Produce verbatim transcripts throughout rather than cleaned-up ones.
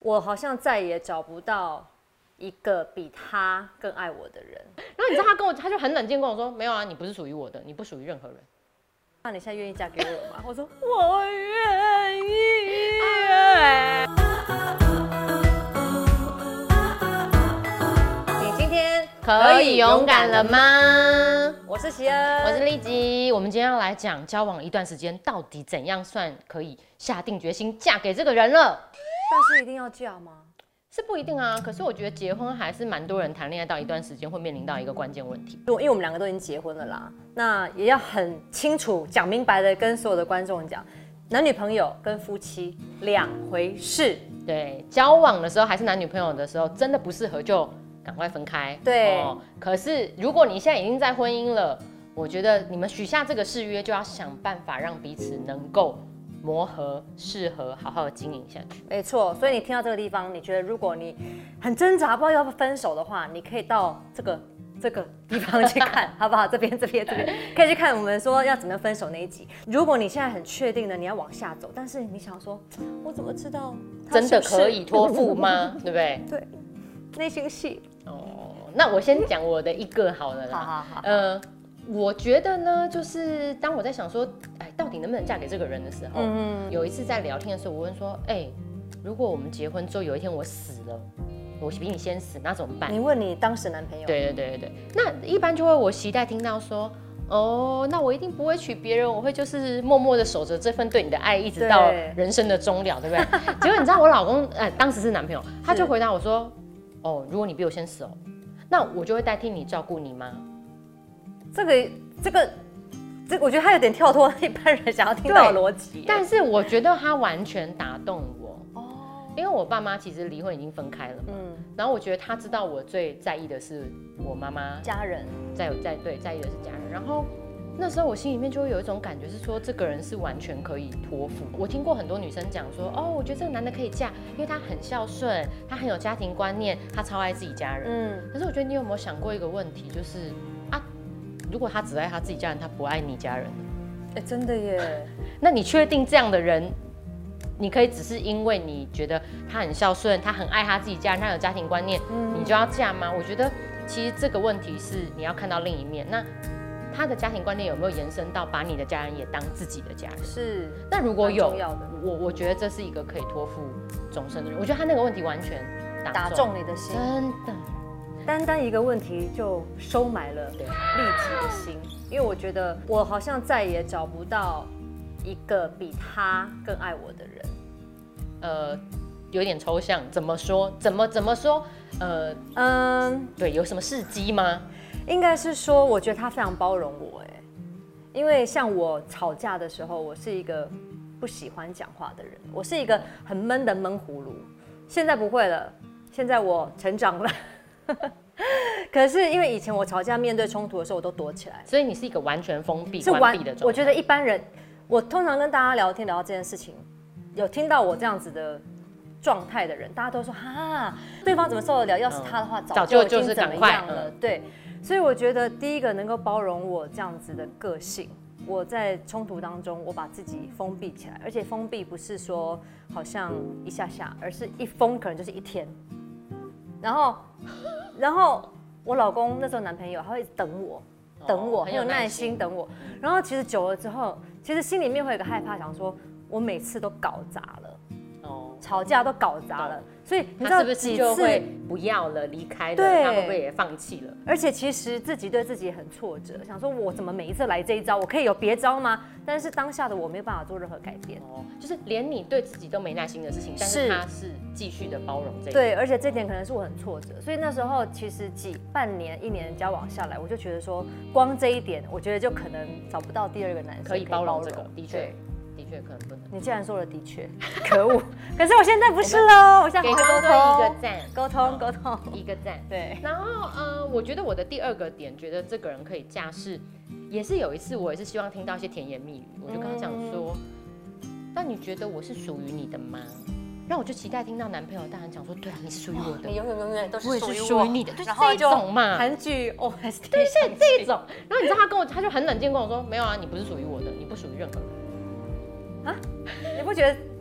我好像再也找不到一个比他更爱我的人。 然后你知道他跟我，他就很冷静跟我说，没有啊，你不是属于我的，你不属于任何人。 那你现在愿意嫁给我吗？我说我愿意。你今天可以勇敢了吗？ 我是齐恩， 我是丽吉。我们今天要来讲交往一段时间，到底怎样算可以下定决心嫁给这个人了？ 但是一定要嫁吗？ 是不一定啊。可是我觉得结婚还是蛮多人谈恋爱到一段时间会面临到一个关键问题。 因为我们两个都已经结婚了啦，那也要很清楚讲明白的跟所有的观众讲，男女朋友跟夫妻两回事。 对，交往的时候还是男女朋友的时候，真的不适合就赶快分开。 对、 哦。可是如果你现在已经在婚姻了，我觉得你们许下这个誓约，就要想办法让彼此能够磨合、适合，好好的经营下去。 没错，所以你听到这个地方，你觉得如果你很挣扎，不知道要不要分手的话，你可以到这个这个地方去看，好不好？这边、这边、这边，可以去看我们说要怎么样分手那一集。如果你现在很确定的你要往下走，但是你想说，我怎么知道他是不是真的可以托付吗？对不对？ 对，内心戏。 哦，那我先讲我的一个好了啦。 好好好。 呃，我觉得呢，就是当我在想说，哎，到底能不能嫁给这个人的时候，嗯、有一次在聊天的时候，我问说，哎，如果我们结婚之后有一天我死了，我比你先死，那怎么办？ 你问你当时男朋友？ 对对对对对，那一般就会我期待听到说，哦，那我一定不会娶别人，我会就是默默的守着这份对你的爱，一直到人生的终了，对不对？结果你知道我老公，呃，当时是男朋友，他就回答我说，哦，如果你比我先死哦，那我就会代替你照顾你吗？ 这个这个这个，我觉得他有点跳脱一般人想要听到的逻辑。 但是我觉得他完全打动我哦，因为我爸妈其实离婚已经分开了嘛，嗯，然后我觉得他知道我最在意的是我妈妈家人， 在有在对在意的是家人，然后那时候我心里面就会有一种感觉是说，这个人是完全可以托付。我听过很多女生讲说，哦，我觉得这个男的可以嫁，因为他很孝顺，他很有家庭观念，他超爱自己家人。嗯，可是我觉得你有没有想过一个问题，就是啊，如果他只爱他自己家人，他不爱你家人， 哎，真的耶。 那你确定这样的人，你可以只是因为你觉得他很孝顺，他很爱他自己家人，他有家庭观念，嗯、你就要嫁吗？我觉得其实这个问题是你要看到另一面。那他的家庭观念有没有延伸到把你的家人也当自己的家人？ 是。 那如果有， 我我觉得这是一个可以托付终身的人。我觉得他那个问题完全打 中, 打中你的心， 真的。 单单一个问题就收买了利己的心，因为我觉得我好像再也找不到一个比他更爱我的人。 呃，有点抽象，怎么说？怎么怎么说？呃，嗯，对，有什么事迹吗？ 应该是说，我觉得他非常包容我，哎，因为像我吵架的时候，我是一个不喜欢讲话的人，我是一个很闷的闷葫芦。现在不会了，现在我成长了。可是因为以前我吵架面对冲突的时候，我都躲起来， 所以你是一个完全封闭、关闭的状态。 我觉得一般人，我通常跟大家聊天聊到这件事情，有听到我这样子的状态的人，大家都说哈，对方怎么受得了？要是他的话，早就已经怎么样了？对。所以我觉得第一个能够包容我这样子的个性，我在冲突当中，我把自己封闭起来，而且封闭不是说好像一下下，而是一封可能就是一天。然后，然后我老公那时候男朋友他会等我，等我，很有耐心等我。然后其实久了之后，其实心里面会有一个害怕，想说我每次都搞砸了。吵架都搞砸了，所以你知道几次是不是就会不要了，离开了，他会不会也放弃了？ 而且其实自己对自己很挫折，想说我怎么每一次来这一招，我可以有别招吗？但是当下的我没有办法做任何改变， 哦，就是连你对自己都没耐心的事情，但是他是继续的包容这一点。 对，而且这点可能是我很挫折，所以那时候其实几半年、一年交往下来，我就觉得说，光这一点，我觉得就可能找不到第二个男生可以包容这个，的确。的确可能不能。 你既然说了的确，可恶！可是我现在不是喽，我现在给观众一个赞， 沟通沟通一个赞。 对。 然后呃，我觉得我的第二个点，觉得这个人可以嫁是，也是有一次我也是希望听到一些甜言蜜语，我就跟他讲说，嗯、那你觉得我是属于你的吗？然后我就期待听到男朋友大人讲说，对啊，你是属于我的， 你永远永远都是属于我，你的，然后这种嘛， 韩剧 O S T， 对对，这种。然后你知道他跟我，他就很冷静跟我说，没有啊，你不是属于我的，你不属于任何人。 啊，你不觉得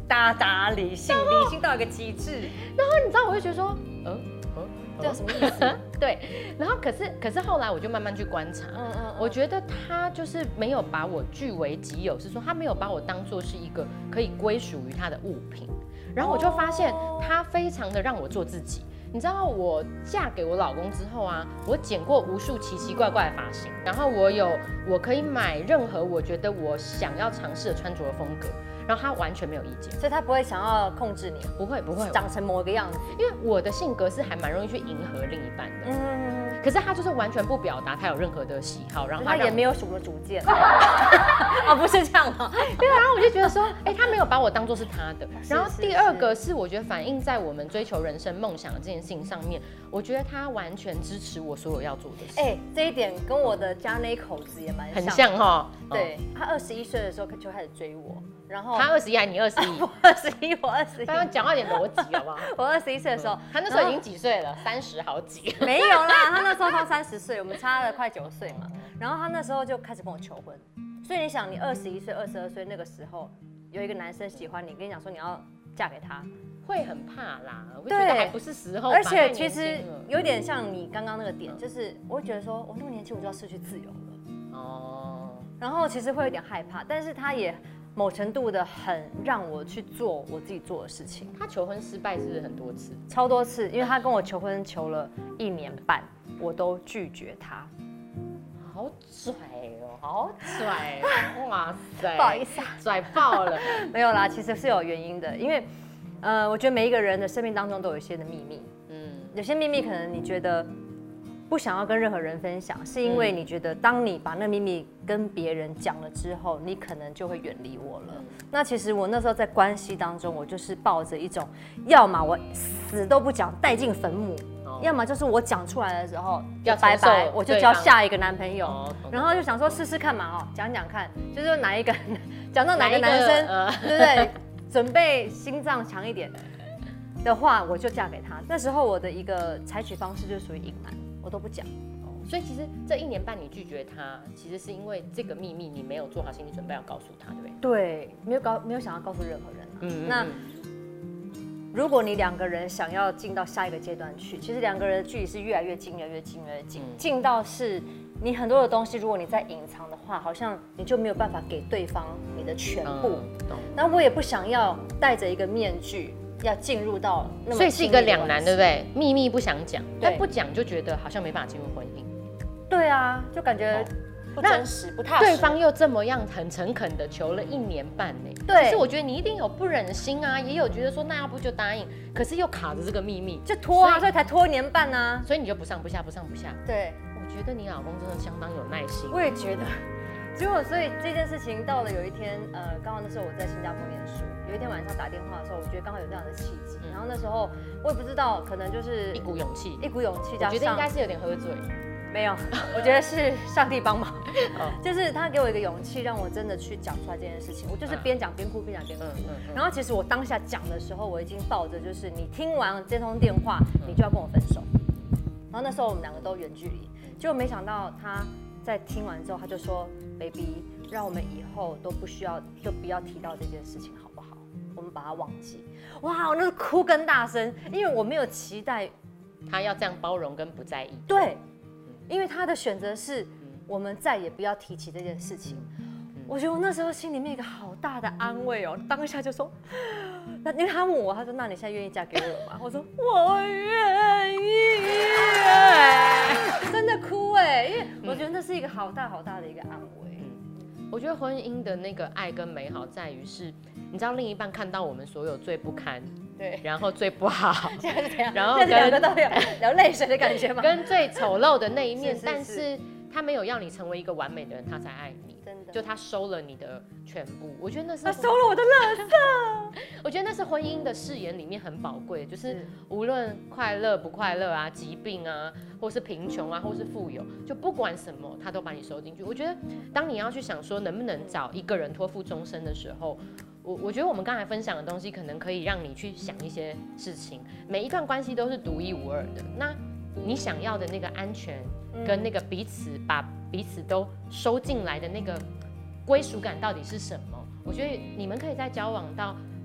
大大理性，理性到一个极致。 然后你知道，我就觉得说，嗯。 对，什么意思？ 对，然后可是可是后来我就慢慢去观察，嗯嗯，我觉得他就是没有把我据为己有，是说他没有把我当做是一个可以归属于他的物品，然后我就发现他非常的让我做自己。你知道我嫁给我老公之后啊，我剪过无数奇奇怪怪的发型，然后我有我可以买任何我觉得我想要尝试的穿着的风格。然后他完全没有意见， 所以他不会想要控制你， 不会不会长成某个样子， 因为我的性格是还蛮容易去迎合另一半的，嗯，可是他就是完全不表达他有任何的喜好，然后 他, 他也没有什么主见，哦，不是这样吗？ 对啊，然后我就觉得说，哎、欸，他没有把我当做是他的。然后第二个是我觉得反映在我们追求人生梦想的这件事情上面，我觉得他完全支持我所有要做的事。 哎、欸，这一点跟我的家那口子也蛮像， 很像哈。 对，他二十一岁的时候就开始追我。然后他二十一还你二十一， 我二十一，我二十一。 刚刚讲话有点逻辑好不好？ 我二十一岁的时候、嗯， 他那时候已经几岁了？三十好几？ 没有啦，他那时候刚三十岁，我们差了快九岁嘛。然后他那时候就开始跟我求婚，所以你想，你二十一岁、二十二岁那个时候，有一个男生喜欢你，跟你讲说你要嫁给他， 会很怕啦。我觉得还不是时候。 而且其实有点像你刚刚那个点，就是我会觉得说，我那么年轻我就要失去自由了。哦。然后其实会有点害怕，但是他也。某程度的很让我去做我自己做的事情。 他求婚失败是不是很多次？ 超多次，因为他跟我求婚求了一年半，我都拒绝他。 好拽哦，好拽哦！哇塞， 不好意思啊， 拽爆了。 没有啦，其实是有原因的，因为呃，我觉得每一个人的生命当中都有一些的秘密。嗯，有些秘密可能你觉得不想要跟任何人分享，是因为你觉得当你把那秘密跟别人讲了之后，你可能就会远离我了。那其实我那时候在关系当中，我就是抱着一种，要么我死都不讲，带进坟墓，哦、要么就是我讲出来的时候就拜拜，我就交下一个男朋友。哦、然后就想说试试看嘛，哦，讲讲看，就是哪一个讲到哪个男生，呃、对不对？准备心脏强一点的话，我就嫁给他。那时候我的一个采取方式就属于隐瞒。我都不讲， 所以其实这一年半你拒绝他，其实是因为这个秘密你没有做好心理准备要告诉他，对不对？ 对，没有告，没有想要告诉任何人、啊。嗯, 嗯, 嗯，那如果你两个人想要进到下一个阶段去，其实两个人的距离是越来越近，越来越近，越来越近，嗯、近到是你很多的东西，如果你在隐藏的话，好像你就没有办法给对方你的全部。嗯、那我也不想要戴着一个面具。要进入到那么， 所以是一个两难，对不对？秘密不想讲，但不讲就觉得好像没办法进入婚姻。 对啊，就感觉不真实、不踏实。 对方又这么样很诚恳的求了一年半呢。 对， 其实我觉得你一定有不忍心啊，也有觉得说那要不就答应，可是又卡着这个秘密， 就拖啊，所以才拖一年半啊。 所以你就不上不下，不上不下。 对， 我觉得你老公真的相当有耐心。 我也觉得。结果，所以这件事情到了有一天，呃，刚好那时候我在新加坡念书，有一天晚上打电话的时候，我觉得刚好有这样的契机。嗯、然后那时候我也不知道，可能就是一股勇气， 一股勇气加上， 我觉得应该是有点喝醉。 没有，我觉得是上帝帮忙，就是他给我一个勇气，让我真的去讲出来这件事情。我就是边讲边哭，边讲边哭。嗯嗯嗯、然后其实我当下讲的时候，我已经抱着就是你听完这通电话，你就要跟我分手。然后那时候我们两个都远距离，结果没想到他在听完之后，他就说 ：“baby。”让我们以后都不需要，就不要提到这件事情，好不好？我们把它忘记。哇，我那是哭更大声，因为我没有期待他要这样包容跟不在意。 对，因为他的选择是，我们再也不要提起这件事情。我觉得我那时候心里面一个好大的安慰哦，当下就说，那因为他问我，他说：“那你现在愿意嫁给我吗？”我说：“我愿意。”真的哭哎，因为我觉得那是一个好大好大的一个安慰。 我觉得婚姻的那个爱跟美好在于是，你知道另一半看到我们所有最不堪， 对， 然后最不好， 现在是怎样？ 然后两个都有有泪水的感觉吗？ 跟最丑陋的那一面， 是是是但是他没有要你成为一个完美的人，他才爱你。 真的， 就他收了你的全部，我觉得那是他收了我的垃圾。 我觉得那是婚姻的誓言里面很宝贵的，就是无论快乐不快乐啊，疾病啊，或是贫穷啊，或是富有，就不管什么，他都把你收进去。我觉得，当你要去想说能不能找一个人托付终身的时候，我我觉得我们刚才分享的东西，可能可以让你去想一些事情。每一段关系都是独一无二的，那你想要的那个安全，跟那个彼此把彼此都收进来的那个归属感到底是什么？我觉得你们可以在交往到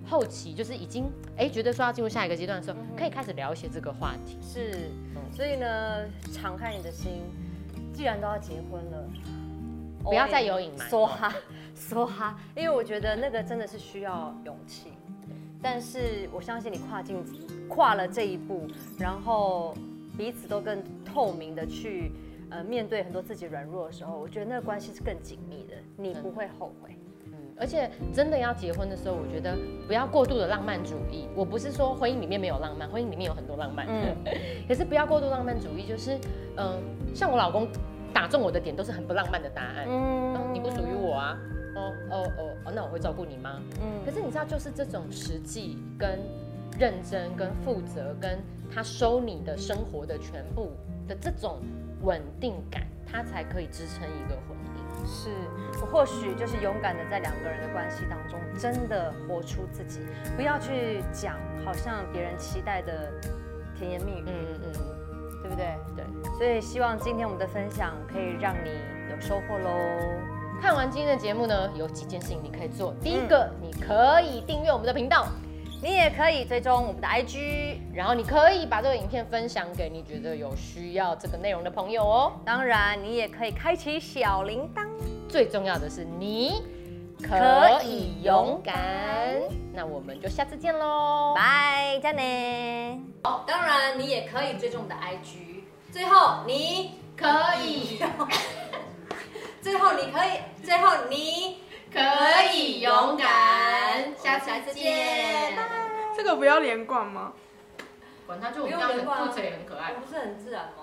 后期就是已经哎觉得说要进入下一个阶段的时候，嗯、可以开始聊一些这个话题。 是，嗯、所以呢，敞开你的心，既然都要结婚了， 不要再有隐瞒， 说哈说哈，因为我觉得那个真的是需要勇气。但是我相信你跨进跨了这一步，然后彼此都更透明的去呃面对很多自己软弱的时候，我觉得那个关系是更紧密的，你不会后悔。 嗯，而且真的要结婚的时候，我觉得不要过度的浪漫主义。我不是说婚姻里面没有浪漫，婚姻里面有很多浪漫，嗯，可是不要过度浪漫主义，就是嗯、呃，像我老公打中我的点都是很不浪漫的答案，嗯，嗯你不属于我啊。哦哦哦哦，那我会照顾你吗？嗯，可是你知道，就是这种实际、跟认真、跟负责、跟他收你的生活的全部的这种稳定感，他才可以支撑一个婚姻。 是，我或许就是勇敢的在两个人的关系当中，真的活出自己，不要去讲好像别人期待的甜言蜜语，嗯嗯嗯，对不对？ 对， 所以希望今天我们的分享可以让你有收获喽。 看完今天的节目呢，有几件事情你可以做。第一个，嗯、你可以订阅我们的频道， 你也可以追踪我们的 I G， 然后你可以把这个影片分享给你觉得有需要这个内容的朋友哦。 当然，你也可以开启小铃铛。 最重要的是，你可以勇敢。那我们就下次见喽， 拜，加内。好，当然你也可以追踪我们的 I G。最后，你可以。 最后你可以，最后你可以勇敢，下次见。 这个不要连贯吗？ 管他，就我们这样子，兔子也很可爱。 不是很自然吗？